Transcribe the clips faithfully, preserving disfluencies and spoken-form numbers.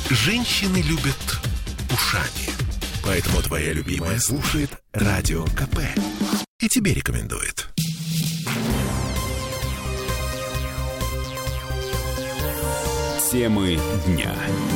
Женщины любят ушами. Поэтому твоя любимая слушает Радио КП. И тебе рекомендует. Темы дня.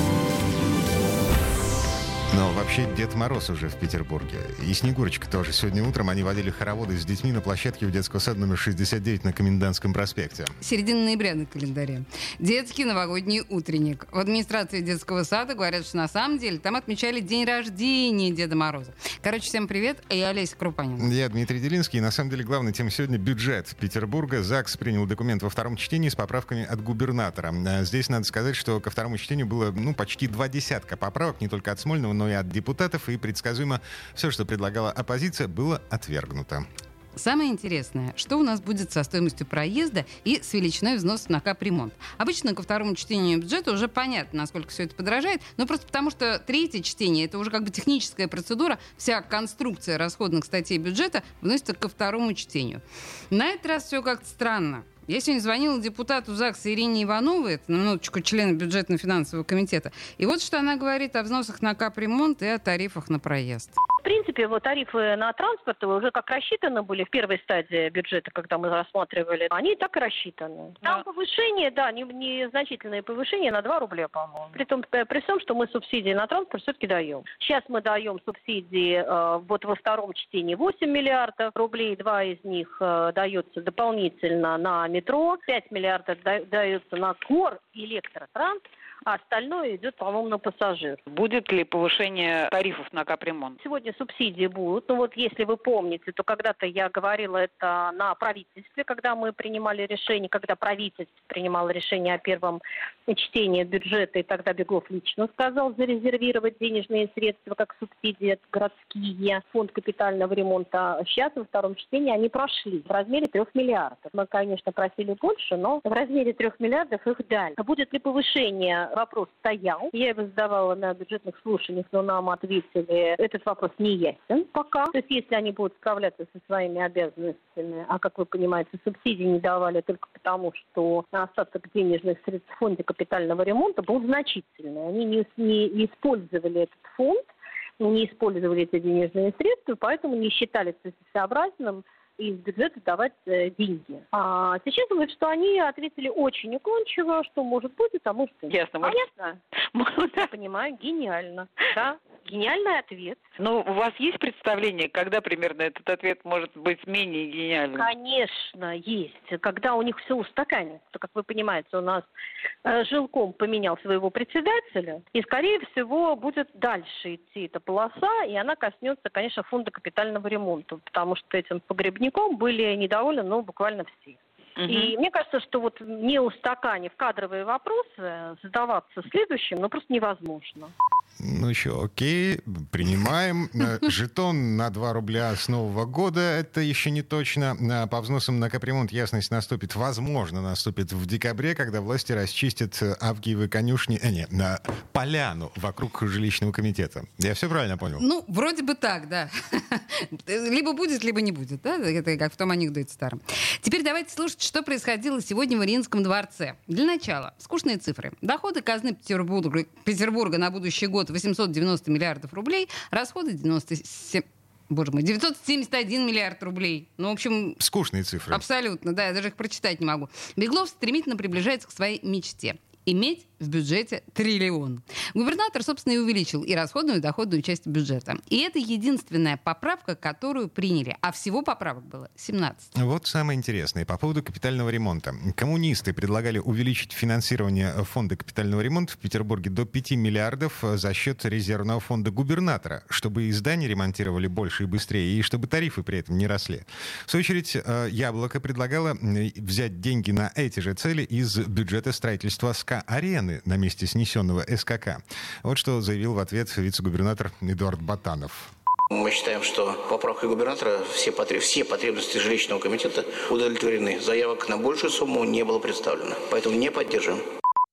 Но вообще Дед Мороз уже в Петербурге. И Снегурочка тоже. Сегодня утром они водили хороводы с детьми на площадке у детского сада номер шестьдесят девять на Комендантском проспекте. Середина ноября на календаре. Детский новогодний утренник. В администрации детского сада говорят, что на самом деле там отмечали день рождения Деда Мороза. Короче, всем привет. Я Олеся Крупанина. Я Дмитрий Делинский. И на самом деле главная тема сегодня — бюджет Петербурга. ЗАГС принял документ во втором чтении с поправками от губернатора. Здесь надо сказать, что ко второму чтению было ну, почти два десятка поправок, не только от Смольного, но и от депутатов, и предсказуемо все, что предлагала оппозиция, было отвергнуто. Самое интересное, что у нас будет со стоимостью проезда и с величиной взносов на капремонт. Обычно ко второму чтению бюджета уже понятно, насколько все это подорожает, но просто потому, что третье чтение — это уже как бы техническая процедура, вся конструкция расходных статей бюджета вносится ко второму чтению. На этот раз все как-то странно. Я сегодня звонила депутату ЗАГСа Ирине Ивановой, это на минуточку члена бюджетно-финансового комитета, и вот что она говорит о взносах на капремонт и о тарифах на проезд. В принципе, вот тарифы на транспорт уже как рассчитаны были в первой стадии бюджета, когда мы рассматривали, они так и рассчитаны. Там да. повышение, да, незначительное не повышение на два рубля, по-моему. При том, при том, что мы субсидии на транспорт все-таки даем. Сейчас мы даем субсидии э, вот во втором чтении восемь миллиардов рублей, два из них э, дается дополнительно на метро, пять миллиардов да, дается на кор электротранс, а остальное идет, по-моему, на пассажир. Будет ли повышение тарифов на капремонт? Сегодня субсидии будут. Ну вот если вы помните, то когда-то я говорила это на правительстве, когда мы принимали решение, когда правительство принимало решение о первом чтении бюджета, и тогда Беглов лично сказал зарезервировать денежные средства как субсидии городские, фонд капитального ремонта. Сейчас во втором чтении они прошли в размере трех миллиардов. Мы, конечно, просили больше, но в размере трех миллиардов их дали. Будет ли повышение? Вопрос стоял. Я его задавала на бюджетных слушаниях, но нам ответили, этот вопрос не ясен пока. То есть если они будут справляться со своими обязанностями, а, как вы понимаете, субсидии не давали только потому, что остаток денежных средств в фонде капитального ремонта был значительный. Они не, не использовали этот фонд, не использовали эти денежные средства, поэтому не считали целесообразным из бюджета давать э, деньги. А сейчас говорят, что они ответили очень уклончиво, что может будет, а может и нет. Ясно. Понятно? Я понимаю, гениально. Да, гениальный ответ. Но у вас есть представление, когда примерно этот ответ может быть менее гениальным? Конечно, есть. Когда у них все устаканится. Как вы понимаете, у нас э, жилком поменял своего председателя, и, скорее всего, будет дальше идти эта полоса, и она коснется, конечно, фонда капитального ремонта, потому что этим погребником были недовольны, ну, буквально все. Uh-huh. И мне кажется, что вот не устаканив кадровые вопросы, задаваться следующим, ну, просто невозможно. Ну еще окей, принимаем. Жетон на два рубля с Нового года, это еще не точно. По взносам на капремонт ясность наступит, возможно, наступит в декабре, когда власти расчистят Авгиевы конюшни, э, не, на поляну вокруг жилищного комитета. Я все правильно понял? Ну, вроде бы так, да. Либо будет, либо не будет, да? Это как в том анекдоте старом. Теперь давайте слушать, что происходило сегодня в Мариинском дворце. Для начала, скучные цифры. Доходы казны Петербурга, Петербурга на будущий год восемьсот девяносто миллиардов рублей, расходы девяносто семь, боже мой, девятьсот семьдесят один миллиард рублей. Ну, в общем... Скучные цифры. Абсолютно, да, я даже их прочитать не могу. Беглов стремительно приближается к своей мечте. Иметь в бюджете триллион. Губернатор, собственно, и увеличил и расходную, и доходную часть бюджета. И это единственная поправка, которую приняли. А всего поправок было семнадцать. Вот самое интересное. По поводу капитального ремонта. Коммунисты предлагали увеличить финансирование фонда капитального ремонта в Петербурге до пяти миллиардов за счет резервного фонда губернатора, чтобы и здания ремонтировали больше и быстрее, и чтобы тарифы при этом не росли. В свою очередь, Яблоко предлагало взять деньги на эти же цели из бюджета строительства СКА-арены на месте снесенного СКК. Вот что заявил в ответ вице-губернатор Эдуард Батанов. Мы считаем, что поправкой губернатора все, потреб... все потребности жилищного комитета удовлетворены. Заявок на большую сумму не было представлено. Поэтому не поддерживаем.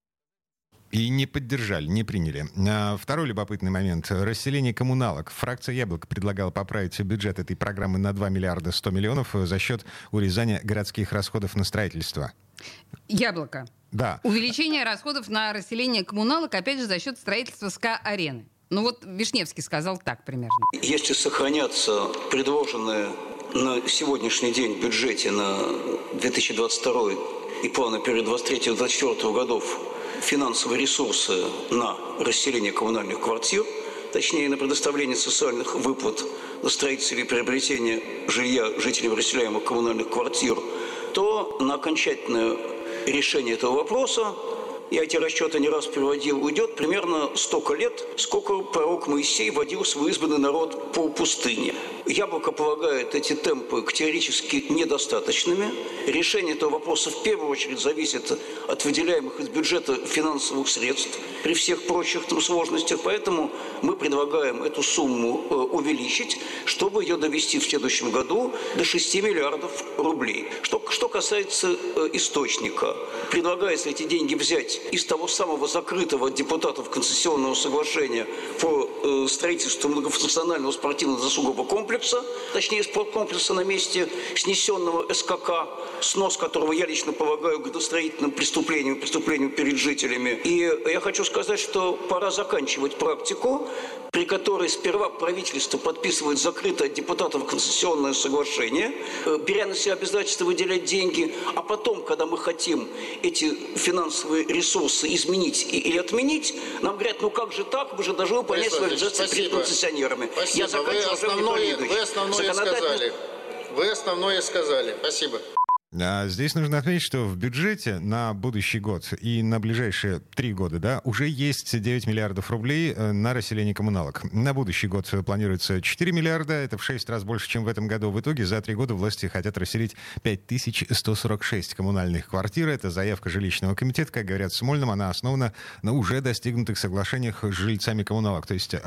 И не поддержали, не приняли. А второй любопытный момент. Расселение коммуналок. Фракция «Яблоко» предлагала поправить бюджет этой программы на два миллиарда сто миллионов за счет урезания городских расходов на строительство. Яблоко. Да. Увеличение расходов на расселение коммуналок, опять же, за счет строительства СКА-арены. Ну вот Вишневский сказал так примерно. Если сохранятся предложенные на сегодняшний день в бюджете на две тысячи двадцать второй и планы перед двадцать третьего — двадцать четвёртого годов финансовые ресурсы на расселение коммунальных квартир, точнее на предоставление социальных выплат на строительство или приобретение жилья жителям расселяемых коммунальных квартир, то на окончательное решение этого вопроса, я эти расчеты не раз приводил, уйдет примерно столько лет, сколько пророк Моисей водил свой избранный народ по пустыне. Яблоко полагает эти темпы теоретически недостаточными. Решение этого вопроса в первую очередь зависит от выделяемых из бюджета финансовых средств при всех прочих там сложностях. Поэтому мы предлагаем эту сумму э, увеличить, чтобы ее довести в следующем году до шести миллиардов рублей. Что, что касается э, источника, предлагается эти деньги взять из того самого закрытого от депутатов концессионного соглашения по э, строительству многофункционального спортивно-досугового комплекса, точнее спорткомплекса на месте снесенного СКК, снос которого я лично полагаю градостроительным преступлением, преступлением перед жителями. И я хочу сказать, что пора заканчивать практику, при которой сперва правительство подписывает закрытое от депутатов концессионное соглашение, беря на себя обязательство выделять деньги, а потом, когда мы хотим эти финансовые ресурсы изменить или отменить, нам говорят, ну как же так, мы же должны выполнять свои обязательства перед концессионерами. Спасибо. Я заканчиваю, вы основное, вы основное сказали. Вы основное сказали. Спасибо. А здесь нужно отметить, что в бюджете на будущий год и на ближайшие три года, да, уже есть девять миллиардов рублей на расселение коммуналок. На будущий год планируется четыре миллиарда, это в шесть раз больше, чем в этом году. В итоге за три года власти хотят расселить пять тысяч сто сорок шесть коммунальных квартир. Это заявка жилищного комитета, как говорят в Смольном, она основана на уже достигнутых соглашениях с жильцами коммуналок. То есть,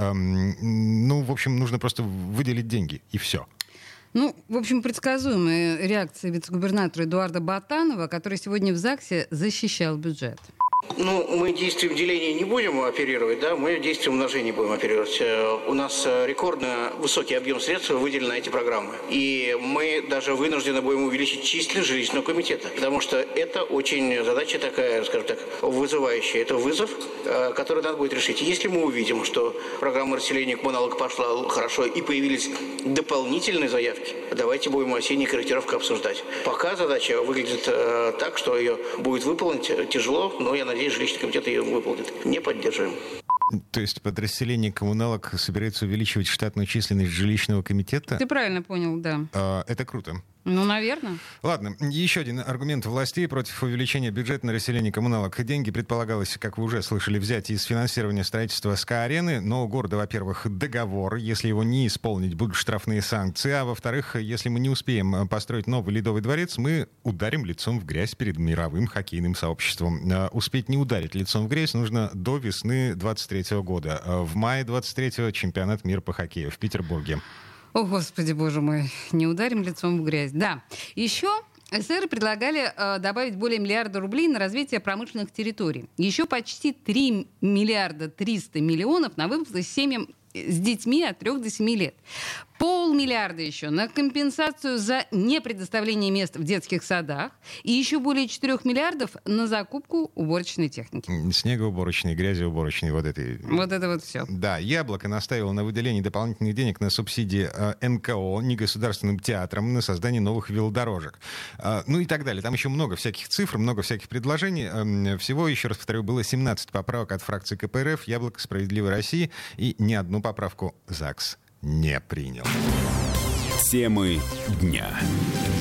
эм, ну, в общем, нужно просто выделить деньги, и все. Ну, в общем, предсказуемая реакция вице-губернатора Эдуарда Ботанова, который сегодня в ЗАГСе защищал бюджет. Ну, мы действием деления не будем оперировать, да, мы действием умножения будем оперировать. У нас рекордно высокий объем средств выделен на эти программы. И мы даже вынуждены будем увеличить численность жилищного комитета, потому что это очень задача такая, скажем так, вызывающая. Это вызов, который надо будет решить. Если мы увидим, что программа расселения коммуналок пошла хорошо и появились дополнительные заявки, давайте будем осенние корректировки обсуждать. Пока задача выглядит так, что ее будет выполнить тяжело, но я надеюсь, жилищный комитет ее выполнит. Не поддерживаем. То есть под расселение коммуналок собирается увеличивать штатную численность жилищного комитета? Ты правильно понял, да. А, это круто. Ну, наверное. Ладно, еще один аргумент властей против увеличения бюджета на расселение коммуналок. Деньги предполагалось, как вы уже слышали, взять из финансирования строительства СКА-арены, но у города, во-первых, договор. Если его не исполнить, будут штрафные санкции. А во-вторых, если мы не успеем построить новый Ледовый дворец, мы ударим лицом в грязь перед мировым хоккейным сообществом. Успеть не ударить лицом в грязь нужно до весны двадцать третьего года. В мае двадцать третьего чемпионат мира по хоккею в Петербурге. О, Господи, боже мой, не ударим лицом в грязь. Да, еще эсеры предлагали э, добавить более миллиарда рублей на развитие промышленных территорий. Еще почти три миллиарда триста миллионов на выплаты семьям с детьми от трёх до семи лет. Полмиллиарда еще на компенсацию за непредоставление мест в детских садах. И еще более четырех миллиардов на закупку уборочной техники. Снегоуборочной, грязеуборочной, вот этой. Вот это вот все. Да, Яблоко наставило на выделении дополнительных денег на субсидии эн ка о, негосударственным театрам, на создание новых велодорожек. Ну и так далее. Там еще много всяких цифр, много всяких предложений. Всего, еще раз повторю, было семнадцать поправок от фракции ка пэ эр эф, Яблоко, Справедливой России, и ни одну поправку ЗАГС не принял. Темы дня.